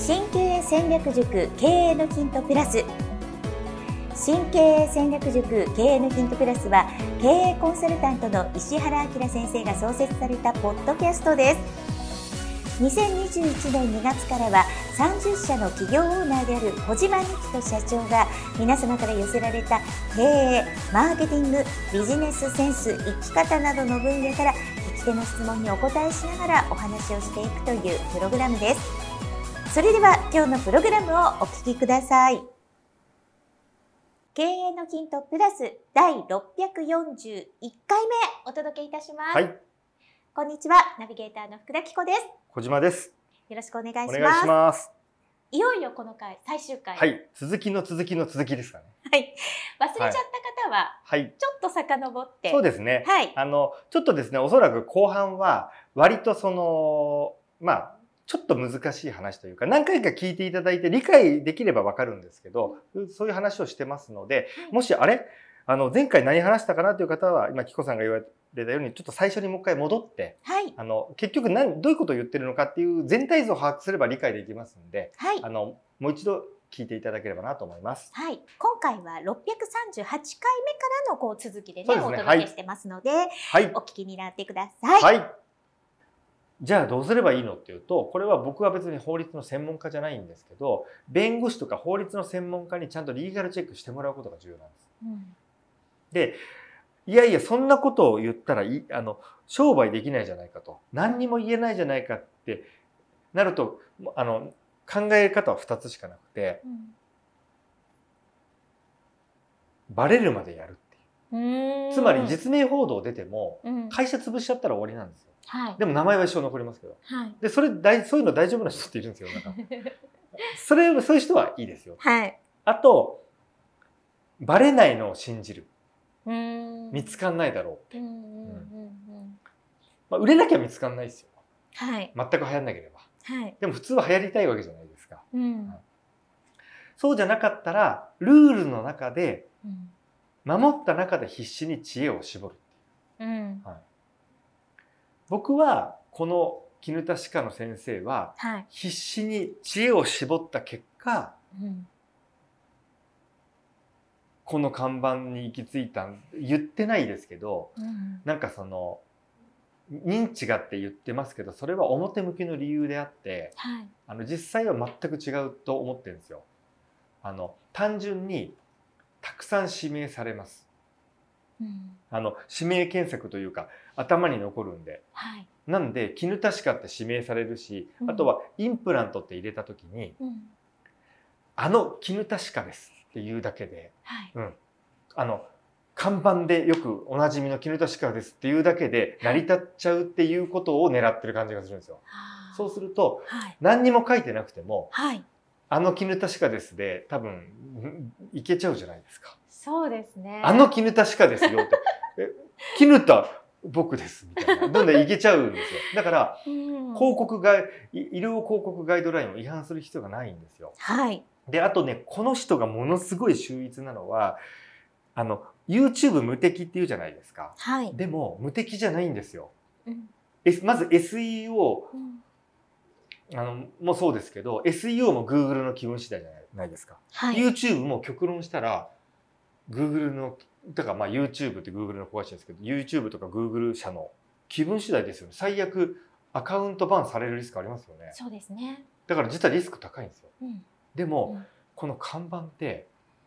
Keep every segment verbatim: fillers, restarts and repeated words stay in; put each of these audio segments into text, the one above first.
新経営戦略塾経営のヒントプラス。新経営戦略塾経営のヒントプラスは、経営コンサルタントの石原明先生が創設されたポッドキャストです。にせんにじゅういちねんにがつからはさんじゅっしゃの企業オーナーである小島美希人社長が、皆様から寄せられた経営、マーケティング、ビジネスセンス、生き方などの分野から聞き手の質問にお答えしながらお話をしていくというプログラムです。それでは今日のプログラムをお聞きください。経営のヒントプラスだいろっぴゃくよんじゅういっかいめお届けいたします。 はい、 こんにちは、ナビゲーターの福田紀子です。 小島です。 よろしくお願いします。 お願いします。 いよいよこの回最終回。 はい、続きの続きの続きですかね。 はい、忘れちゃった方は、はい、ちょっと遡って。 そうですね。 はい。 あのちょっとですね、おそらく後半は割とそのまあちょっと難しい話というか、何回か聞いていただいて理解できればわかるんですけど、そういう話をしてますので、はい、もしあれあの前回何話したかなという方は、今紀子さんが言われたようにちょっと最初にもう一回戻って、はい、あの結局何どういうことを言ってるのかっていう全体像を把握すれば理解できますので、はい、あのもう一度聞いていただければなと思います。 はい、今回はろっぴゃくさんじゅうはちかいめからのこう続きでね、お届けしてますので、はい、お聞きになってください。 はい。じゃあどうすればいいのっていうと、これは僕は別に法律の専門家じゃないんですけど、弁護士とか法律の専門家にちゃんとリーガルチェックしてもらうことが重要なんです。うん、で、いやいやそんなことを言ったらいあの商売できないじゃないかと、何にも言えないじゃないかってなると、あの考え方はふたつしかなくて、うん、バレるまでやるっていう。つまり実名報道出ても会社潰しちゃったら終わりなんですよ。はい、でも名前は一生残りますけど、はい、でそれだいそういうの大丈夫な人っているんですよ。なんかそれそういう人はいいですよ。はい、あとバレないのを信じる。うーん、見つかんないだろうって。うんうんうんうん、まあ、売れなきゃ見つかんないですよ。はい、全く流行んなければ。はい、でも普通は流行りたいわけじゃないですか。うんはい、そうじゃなかったらルールの中で、うん、守った中で必死に知恵を絞るっていう。うんはい、僕はこの絹田歯科の先生は必死に知恵を絞った結果、うん、この看板に行き着いた言ってないですけど、うん、なんかその認知がって言ってますけど、それは表向きの理由であって、はい、あの実際は全く違うと思ってるんですよ。あの単純にたくさん指名されます。うん、あの指名検索というか頭に残るんで、はい、なんで絹田歯科って指名されるし、うん、あとはインプラントって入れた時に、うん、あの絹田歯科ですっていうだけで、はいうん、あの看板でよくおなじみの絹田歯科ですっていうだけで成り立っちゃうっていうことを狙ってる感じがするんですよ。はい、そうすると、はい、何にも書いてなくても、はい、あの絹田歯科ですで多分いけちゃうじゃないですか。 そうですね。 あの絹田歯科ですよって。え、絹田僕ですみたいな。どんどんいけちゃうんですよ。だから、うん、広告が医療広告ガイドラインを違反する必要がないんですよ。はい。で、あとね、この人がものすごい秀逸なのは、あの YouTube 無敵っていうじゃないですか。はい。でも無敵じゃないんですよ。うん、まず エスイーオー、うん、あのもそうですけど、エスイーオー も Google の気分次第じゃないですか。はい。YouTube も極論したら。Google のだからまあ YouTube って Google の子会社ですけど、 YouTube とか Google 社の気分次第ですよね。最悪アカウントバンされるリスクありますよね。 そうですね。 だから実はリスク高いんですよ。うん、でも、うん、この看板って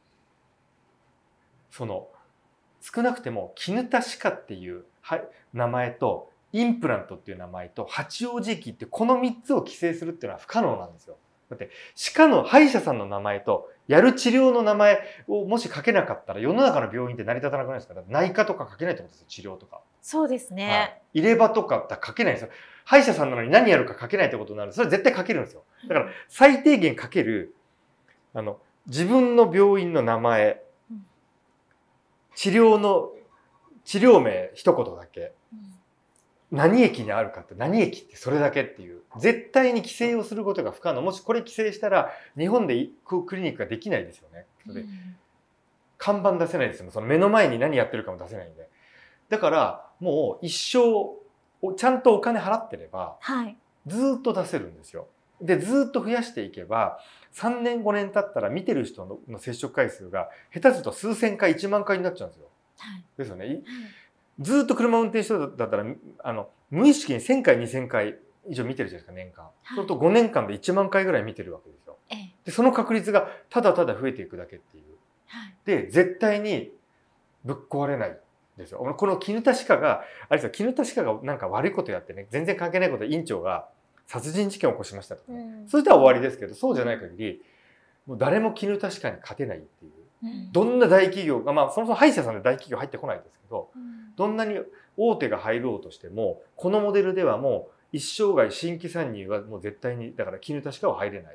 その少なくても絹田歯科っていう名前とインプラントっていう名前と八王子駅ってこのみっつを規制するっていうのは不可能なんですよ。だって歯科の歯医者さんの名前とやる治療の名前をもし書けなかったら世の中の病院って成り立たなくないですか。内科とか書けないってことですよ。治療とか。 そうですね。はい、 入れ歯とかって書けないんですよ。歯医者さんなのに何やるか書けないってことになる。それは絶対書けるんですよ。だから最低限書けるあの自分の病院の名前、治療の治療名一言だけ。何駅にあるかって何駅ってそれだけっていう絶対に規制をすることが不可能。もしこれ規制したら日本でクリニックができないですよね。それで看板出せないですよ。その目の前に何やってるかも出せないんで。だからもう一生ちゃんとお金払ってれば、はい、ずっと出せるんですよ。 でずっと増やしていけばさんねんごねん経ったら見てる人 の, の接触回数が下手すると数千回いちまん回になっちゃうんですよ。 はい、 ですよね、はい、ずっと車運転してる人だったらあの無意識にせんかいにせんかい以上見てるじゃないですか年間、はい、そうするとごねんかんでいちまん回ぐらい見てるわけですよ。ええ、でその確率がただただ増えていくだけっていう、はい、で絶対にぶっ壊れないですよ。この絹田歯科があれですよ、絹田歯科がなんか悪いことやってね、全然関係ないことで院長が殺人事件を起こしましたとか、ね、うん、それとは終わりですけど、そうじゃない限りもう誰も絹田歯科に勝てないっていう、うん、どんな大企業が、まあそもそも歯医者さんで大企業入ってこないですけど、うん、どんなに大手が入ろうとしてもこのモデルではもう一生涯新規参入はもう絶対にだから絹田歯科は入れない。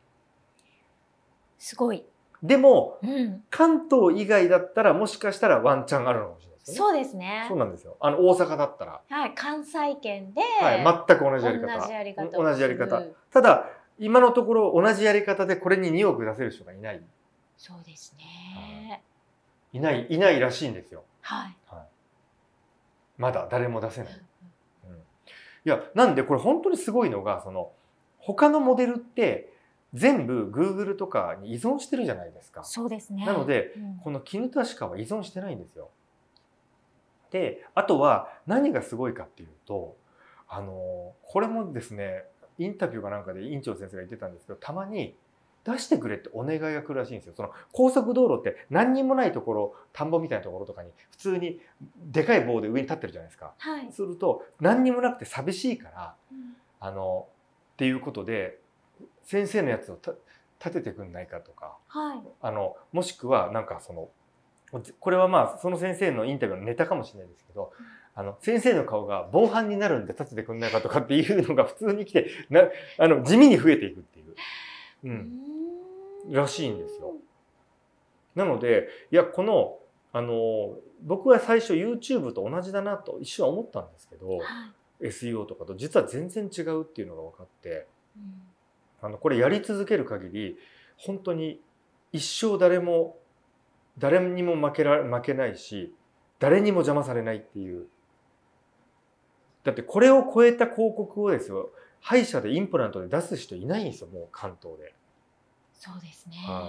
すごい。 でも、うん、関東以外だったらもしかしたらワンチャンあるのかもしれないですよね。 そうですね。 そうなんですよ。あの大阪だったら、 はい、関西圏で、 はい、全く同じやり方。同じやり方。同じやり方。ただ今のところ同じやり方でこれににおく出せる人がいない。 そうですね。 いないいないらしいんですよ。 はい。 はい、まだ誰も出せない。うん、いやなんでこれ本当にすごいのがその他のモデルって全部 Google とかに依存してるじゃないですか。 そうですね。 なので、うん、この絹田歯科は依存してないんですよ。で、あとは何がすごいかっていうと、あのこれもですね、インタビューかなんかで院長先生が言ってたんですけど、たまに出してくれってお願いが来るらしいんですよ。その高速道路って何にもないところ、田んぼみたいなところとかに普通にでかい棒で上に立ってるじゃないですか。はい、すると何にもなくて寂しいから、うん、あのっていうことで。先生のやつを立ててくんないかとか、はい、あのもしくはなんかそのこれはまあその先生のインタビューのネタかもしれないですけど、うん、あの先生の顔が防犯になるんで立ててくんないかとかっていうのが普通に来てなあの地味に増えていくっていう、うん、らしいんですよ。なのでいやこのあの僕は最初 YouTube と同じだなと一瞬は思ったんですけど、はい、エスイーオー とかと実は全然違うっていうのが分かって。うん、あのこれやり続ける限り本当に一生誰も誰にも負けら負けないし誰にも邪魔されないっていう。だってこれを超えた広告をですよ、歯医者でインプラントで出す人いないんですよ、もう関東で。 そうですね、はい、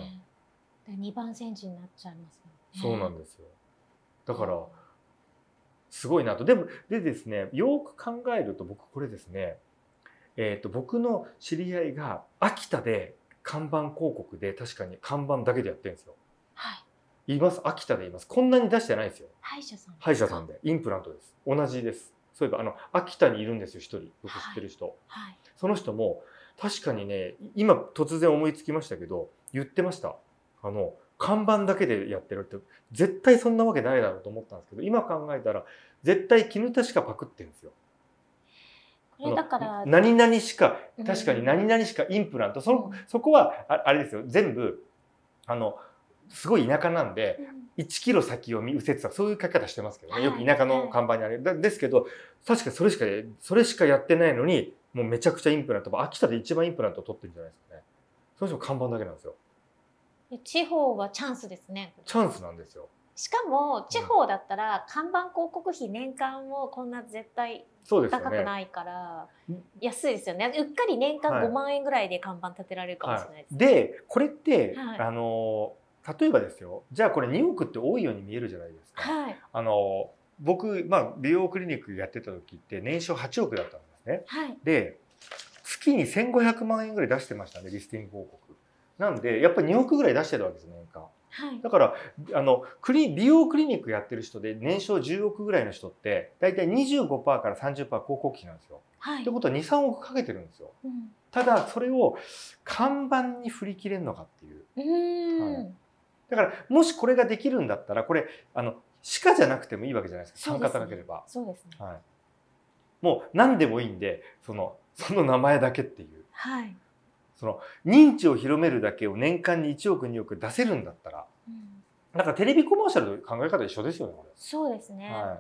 にばん煎じになっちゃいますもんね。そうなんですよ。だからすごいなと。でもでですね、よく考えると僕これですね、えー、と僕の知り合いが秋田で看板広告で確かに看板だけでやってるんですよ。はい。言います。秋田で言います。こんなに出してないですよ。 歯医者さん。 歯医者さんでインプラントです。同じです。そういえばあの秋田にいるんですよ、一人僕知ってる人、はいはい。その人も確かにね、今突然思いつきましたけど言ってました。あの看板だけでやってるって絶対そんなわけないだろうと思ったんですけど、今考えたら絶対絹田しかパクってるんですよ。だから何々しか確かに何々しかインプラント、うん、そ, そこはあれですよ、全部あのすごい田舎なんで、うん、いちキロ先を見右折とかそういう書き方してますけどね、よく田舎の看板にある、はい、ですけど確かそれしかそれしかやってないのにもうめちゃくちゃインプラント、秋田で一番インプラントを取ってるんじゃないですかね。その人看板だけなんですよ。 地方はチャンスですね。 チャンスなんですよ。 しかも地方だったら看板広告費年間もこんな絶対高くないから安いですよね。うっかり年間ごまんえんぐらいで看板立てられるかもしれないですね。 はいはい、でこれって、はい、あの例えばですよ、じゃあこれにおくって多いように見えるじゃないですか。はい、あの僕、まあ、美容クリニックやってた時って年商はちおくだったんですね。はい、で月にせんごひゃくまんえんぐらい出してましたね、リスティング広告。なんでやっぱりにおくぐらい出してるわけです年間。はい、だからあのクリ美容クリニックやってる人で年商じゅうおくぐらいの人って大体 にじゅうごパーセント から さんじゅっパーセント 広告費なんですよ。はい、ってことはにさんおくかけてるんですよ。うん、ただそれを看板に振り切れるのかっていう。うーん、はい、だからもしこれができるんだったらこれあの歯科じゃなくてもいいわけじゃないですか。参加なければ。 そうですね。 はい、もう何でもいいんでそのその名前だけっていう。はい、その認知を広めるだけを年間にいちおくにおく出せるんだったら、うん、なんかテレビコマーシャルの考え方一緒ですよね。これそうですね、はい、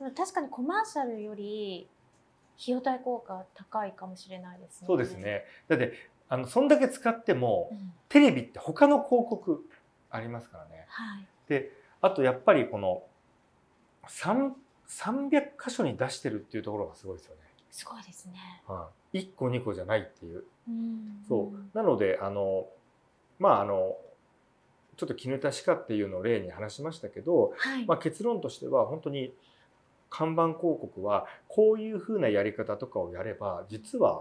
確かにコマーシャルより費用対効果高いかもしれないですね。 そうですね。だってあのそんだけ使っても、うん、テレビって他の広告ありますからね。はい、であとやっぱりこのさんびゃくかしょに出してるっていうところがすごいですよね。 すごいですね。 はい、いっこにこじゃないっていう。 うん、 そうなのであのまああのちょっと絹田歯科っていうのを例に話しましたけど、はい、まあ、結論としては本当に看板広告はこういうふうなやり方とかをやれば実は、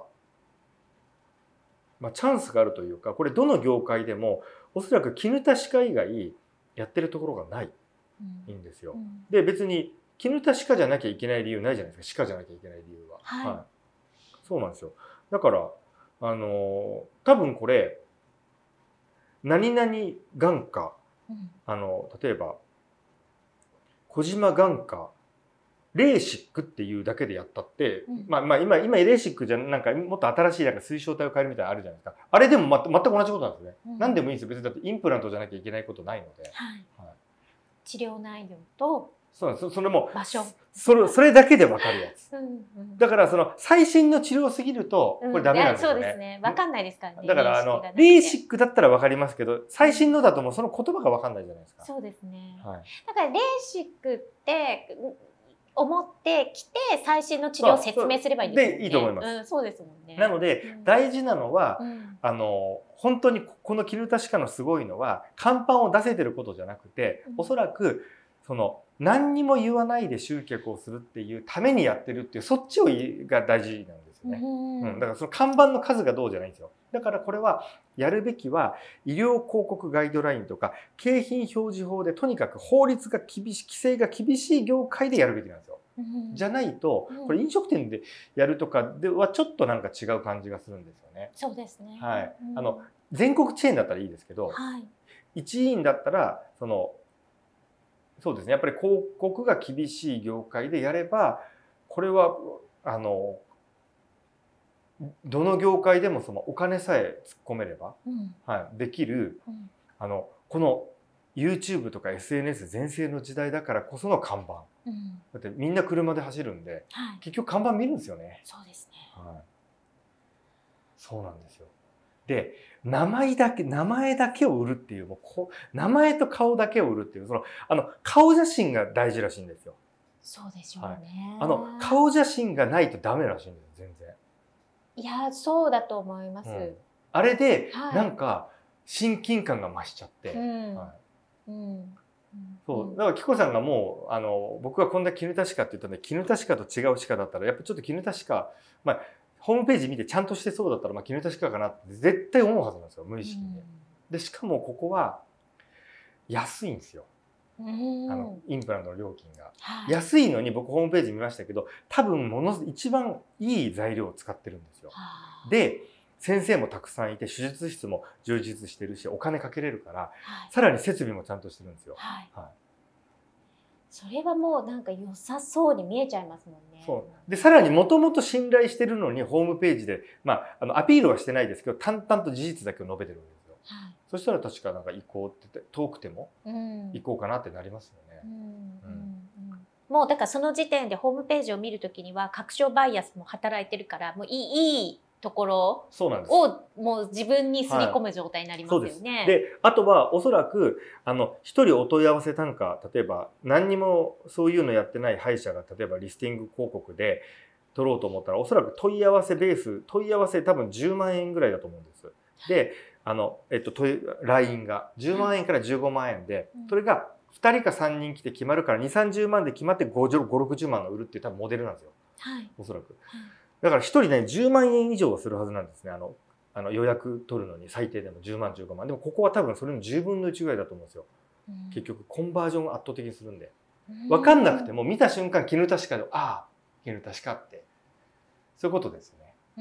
まあ、チャンスがあるというか、これどの業界でもおそらく絹田歯科以外やってるところがないんですよ。うんうん、で別に絹田歯科じゃなきゃいけない理由ないじゃないですか。歯科じゃなきゃいけない理由は。はいはい、そうなんですよ。だからあの多分これ何々眼科、うん、あの例えば小島眼科レーシックっていうだけでやったって、うん、まあまあ今今レーシックじゃなんかもっと新しいなんか水晶体を変えるみたいなのあるじゃないですか。あれでも、ま、全く同じことなんですね。うん、何でもいいんですよ。別にだってインプラントじゃなきゃいけないことないので。 はいはい、治療内容とそうなんです。それも場所それそれだけで分かるやつ。うんうん、だからその最新の治療すぎるとこれダメなんですよね。 うん、そうですね。分かんないですからね。 だからあのレーシックだったら分かりますけど、最新のだともうその言葉が分かんないじゃないですか。 そうですね。はい、だからレーシックって思ってきて最新の治療を説明すればいいんですよね。 でいいと思います。 うん、そうですもんね。 なので、うん、大事なのは、うん、あの本当にこの絹田歯科のすごいのは看板を出せてることじゃなくて、うん、おそらくその何にも言わないで集客をするっていうためにやってるっていうそっちをが大事なんですよね。うんうん、だからその看板の数がどうじゃないんですよ。だからこれはやるべきは医療広告ガイドラインとか景品表示法でとにかく法律が厳しい規制が厳しい業界でやるべきなんですよ。うん、じゃないとこれ飲食店でやるとかではちょっとなんか違う感じがするんですよね。 そうですね。 はい。あの全国チェーンだったらいいですけど、はい、一院だったらそのそうですね。やっぱり広告が厳しい業界でやればこれはあのどの業界でもそのお金さえ突っ込めれば、うん、はい、できる、うん、あのこの YouTube とか エスエヌエス 全盛の時代だからこその看板、うん、だってみんな車で走るんで、はい、結局看板見るんですよね。 そうですね、 はい、そうなんですよ。で名前だけ名前だけを売るっていうもうこう名前と顔だけを売るっていうそのあの顔写真が大事らしいんですよ。 そうでしょうね、はい、 あの顔写真がないとダメらしいんですよ全然。 いやそうだと思います。うん、 あれで、はい、なんか親近感が増しちゃって、うんはいうん、そうだから紀子さんがもうあの僕がこんな絹田歯科って言ったんで絹田歯科と違う歯科だったらやっぱちょっと絹田歯科、まあ、ホームページ見てちゃんとしてそうだったら、まあ、絹田歯科かなって絶対思うはずなんですよ無意識に、うん、でしかもここは安いんですよ。あのインプラントの料金が、はい、安いのに僕ホームページ見ましたけど多分もの一番いい材料を使ってるんですよ。で先生もたくさんいて手術室も充実してるしお金かけれるから、はい、さらに設備もちゃんとしてるんですよ。はいはい、 それはもうなんか良さそうに見えちゃいますもんね。 そうでさらにもともと信頼してるのにホームページで、まあ、あのアピールはしてないですけど淡々と事実だけを述べてるわけですよ。はい、そしたら確かなんか行こうって遠くても行こうかなってなりますよね。うんうんうん、もうだからその時点でホームページを見るときには確証バイアスも働いてるからもういいいいところをもう自分に刷り込む状態になりますよね。はい、そうです。 であとはおそらくあの一人お問い合わせ単価例えば何にもそういうのやってない歯医者が例えばリスティング広告で取ろうと思ったらおそらく問い合わせベース問い合わせ多分じゅうまんえんぐらいだと思うんです。であの、えっと、ライン がじゅうまんえんからじゅうごまんえんで、それがふたりかさんにん来て決まるからにじゅう、さんじゅうまんで決まってごじゅう、ろくじゅうまんの売るっていう多分モデルなんですよ。はい、おそらく。はい、だからひとりねじゅうまんえん以上はするはずなんですね。あのあの予約取るのに最低でもじゅうまんじゅうごまんでもここは多分それのじゅうぶんのいちぐらいだと思うんですよ。結局コンバージョンを圧倒的にするんで分かんなくても見た瞬間絹田歯科でああ絹田歯科ってそういうことですね。うん、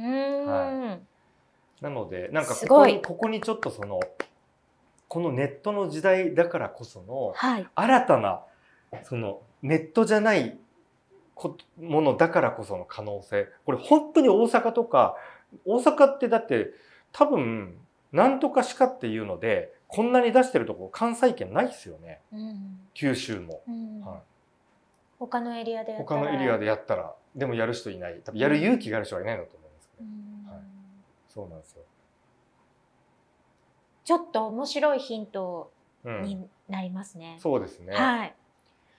はい、なのでなんかここにここにちょっとそのこのネットの時代だからこその新たなそのネットじゃないものだからこその可能性これ本当に大阪とか大阪ってだって多分なんとか歯科っていうのでこんなに出してるところ関西圏ないですよね、うん、九州も、うんはい、 他のエリアでやったら他のエリアでやったらでもやる人いない多分やる勇気がある人はいないんだと思いますけど、うんはい、そうなんですよ。 ちょっと面白いヒントになりますね。 うん、そうですね。 はい。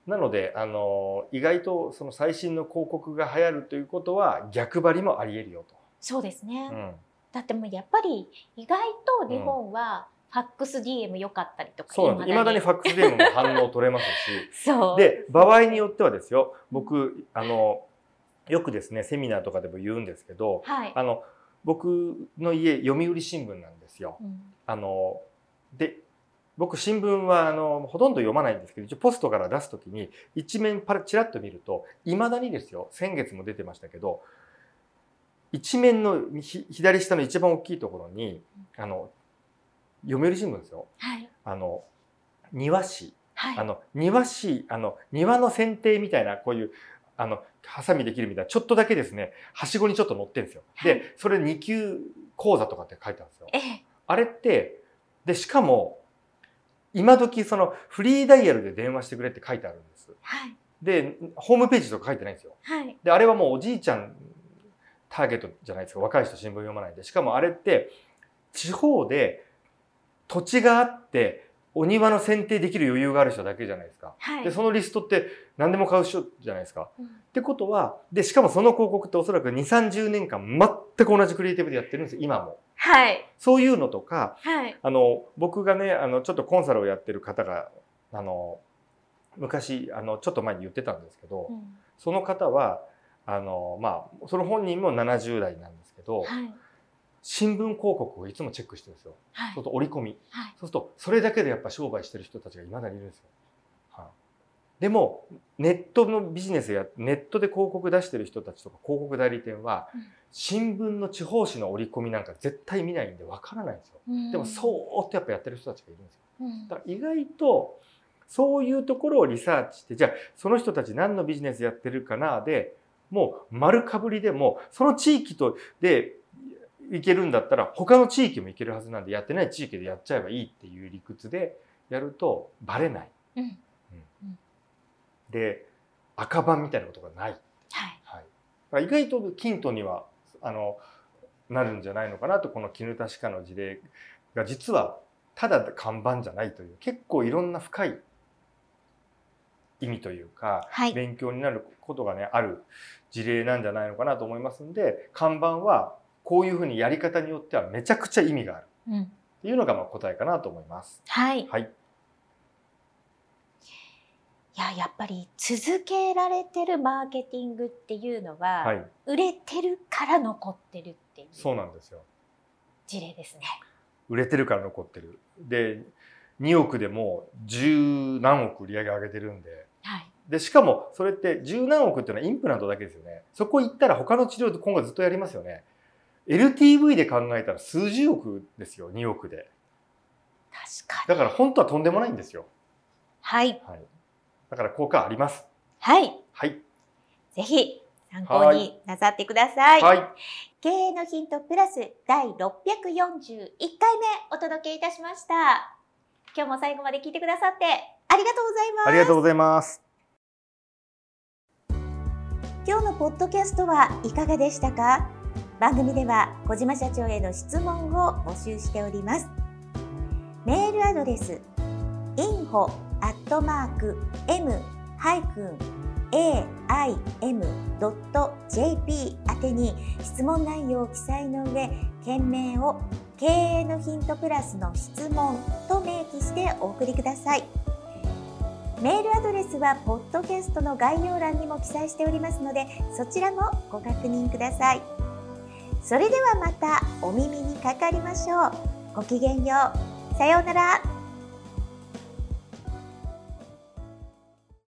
なのであの意外とその最新の広告が流行るということは逆張りもありえるよと。 そうですね、 うん、 だってもうやっぱり意外と日本はファックス ディーエム 良かったりとか、 そうなんです。いまだにファックス ディーエム の反応取れますしそうで場合によってはですよ、僕あのよくですねセミナーとかでも言うんですけど、はい、あの僕の家読売新聞なんですよ。うん、あので僕新聞はあのほとんど読まないんですけど、一応ポストから出すときに一面パラチラッと見るといまだにですよ、先月も出てましたけど、一面の左下の一番大きいところにあの読売新聞ですよ、はい、あの庭師、はい、あの庭師あの庭の剪定みたいなこういうあのハサミできるみたいなちょっとだけですね、はしごにちょっと乗ってるんですよ。はい、でそれに級講座とかって書いてあるんですよ。えあれってでしかも今時そのフリーダイヤルで電話してくれって書いてあるんです。はい、でホームページとか書いてないんですよ。はい、であれはもうおじいちゃんターゲットじゃないですか。若い人新聞読まないで。しかもあれって地方で土地があってお庭の剪定できる余裕がある人だけじゃないですか。はい、でそのリストって何でも買う人じゃないですか。うん、ってことはでしかもその広告っておそらくにじゅう、さんじゅうねんかん全く同じクリエイティブでやってるんですよ今も。はい、そういうのとか、はい、あの僕がねあのちょっとコンサルをやってる方があの昔あのちょっと前に言ってたんですけど、うん、その方はあのまあその本人もななじゅうだいなんですけど、はい、新聞広告をいつもチェックしてるんですよ。はい、そうすると折り込み、はい、そうするとそれだけでやっぱ商売してる人たちがいまだにいるんですよ。はい、でもネットのビジネスやネットで広告出してる人たちとか広告代理店は、うん、新聞の地方紙の折り込みなんか絶対見ないんでわからないんですよ。うん、でもそうってやっぱやってる人たちがいるんですよ。うん、だから意外とそういうところをリサーチしてじゃあその人たち何のビジネスやってるかなでもう丸かぶりでもその地域とでいけるんだったら他の地域もいけるはずなんでやってない地域でやっちゃえばいいっていう理屈でやるとバレない。うんうんうん、で赤番みたいなことがない。はいはい、意外とキントにはあのなるんじゃないのかなと。この絹田歯科の事例が実はただ看板じゃないという結構いろんな深い意味というか、はい、勉強になることがねある事例なんじゃないのかなと思いますので、看板はこういうふうにやり方によってはめちゃくちゃ意味があるっていうのがまあ答えかなと思います。はい。はい。 いややっぱり続けられてるマーケティングっていうのは、はい、売れてるから残ってるっていう。 そうなんですよ。 事例ですね。 売れてるから残ってる。でにおくでも十何億売り上げ上げてるんで。はい、でしかもそれって十何億っていうのはインプラントだけですよね。そこ行ったら他の治療って今後ずっとやりますよね。エルティーブイ で考えたら数十億ですよ、におくで。 確かに。 だから本当はとんでもないんですよ。 はい。はい、 だから効果あります。 はい。 はい。 ぜひ参考になさってください。はい。経営のヒントプラスだいろっぴゃくよんじゅういっかいめお届けいたしました。今日も最後まで聞いてくださってありがとうございます。 ありがとうございます。 今日のポッドキャストはいかがでしたか？番組では小島社長への質問を募集しております。メールアドレス インフォ アットマーク エム ハイフン エー アイ エム ドット ジェーピー 宛てに質問内容を記載の上、件名を経営のヒントプラスの質問と明記してお送りください。メールアドレスはポッドキャストの概要欄にも記載しておりますので、そちらもご確認ください。それではまたお耳にかかりましょう。ごきげんよう。さようなら。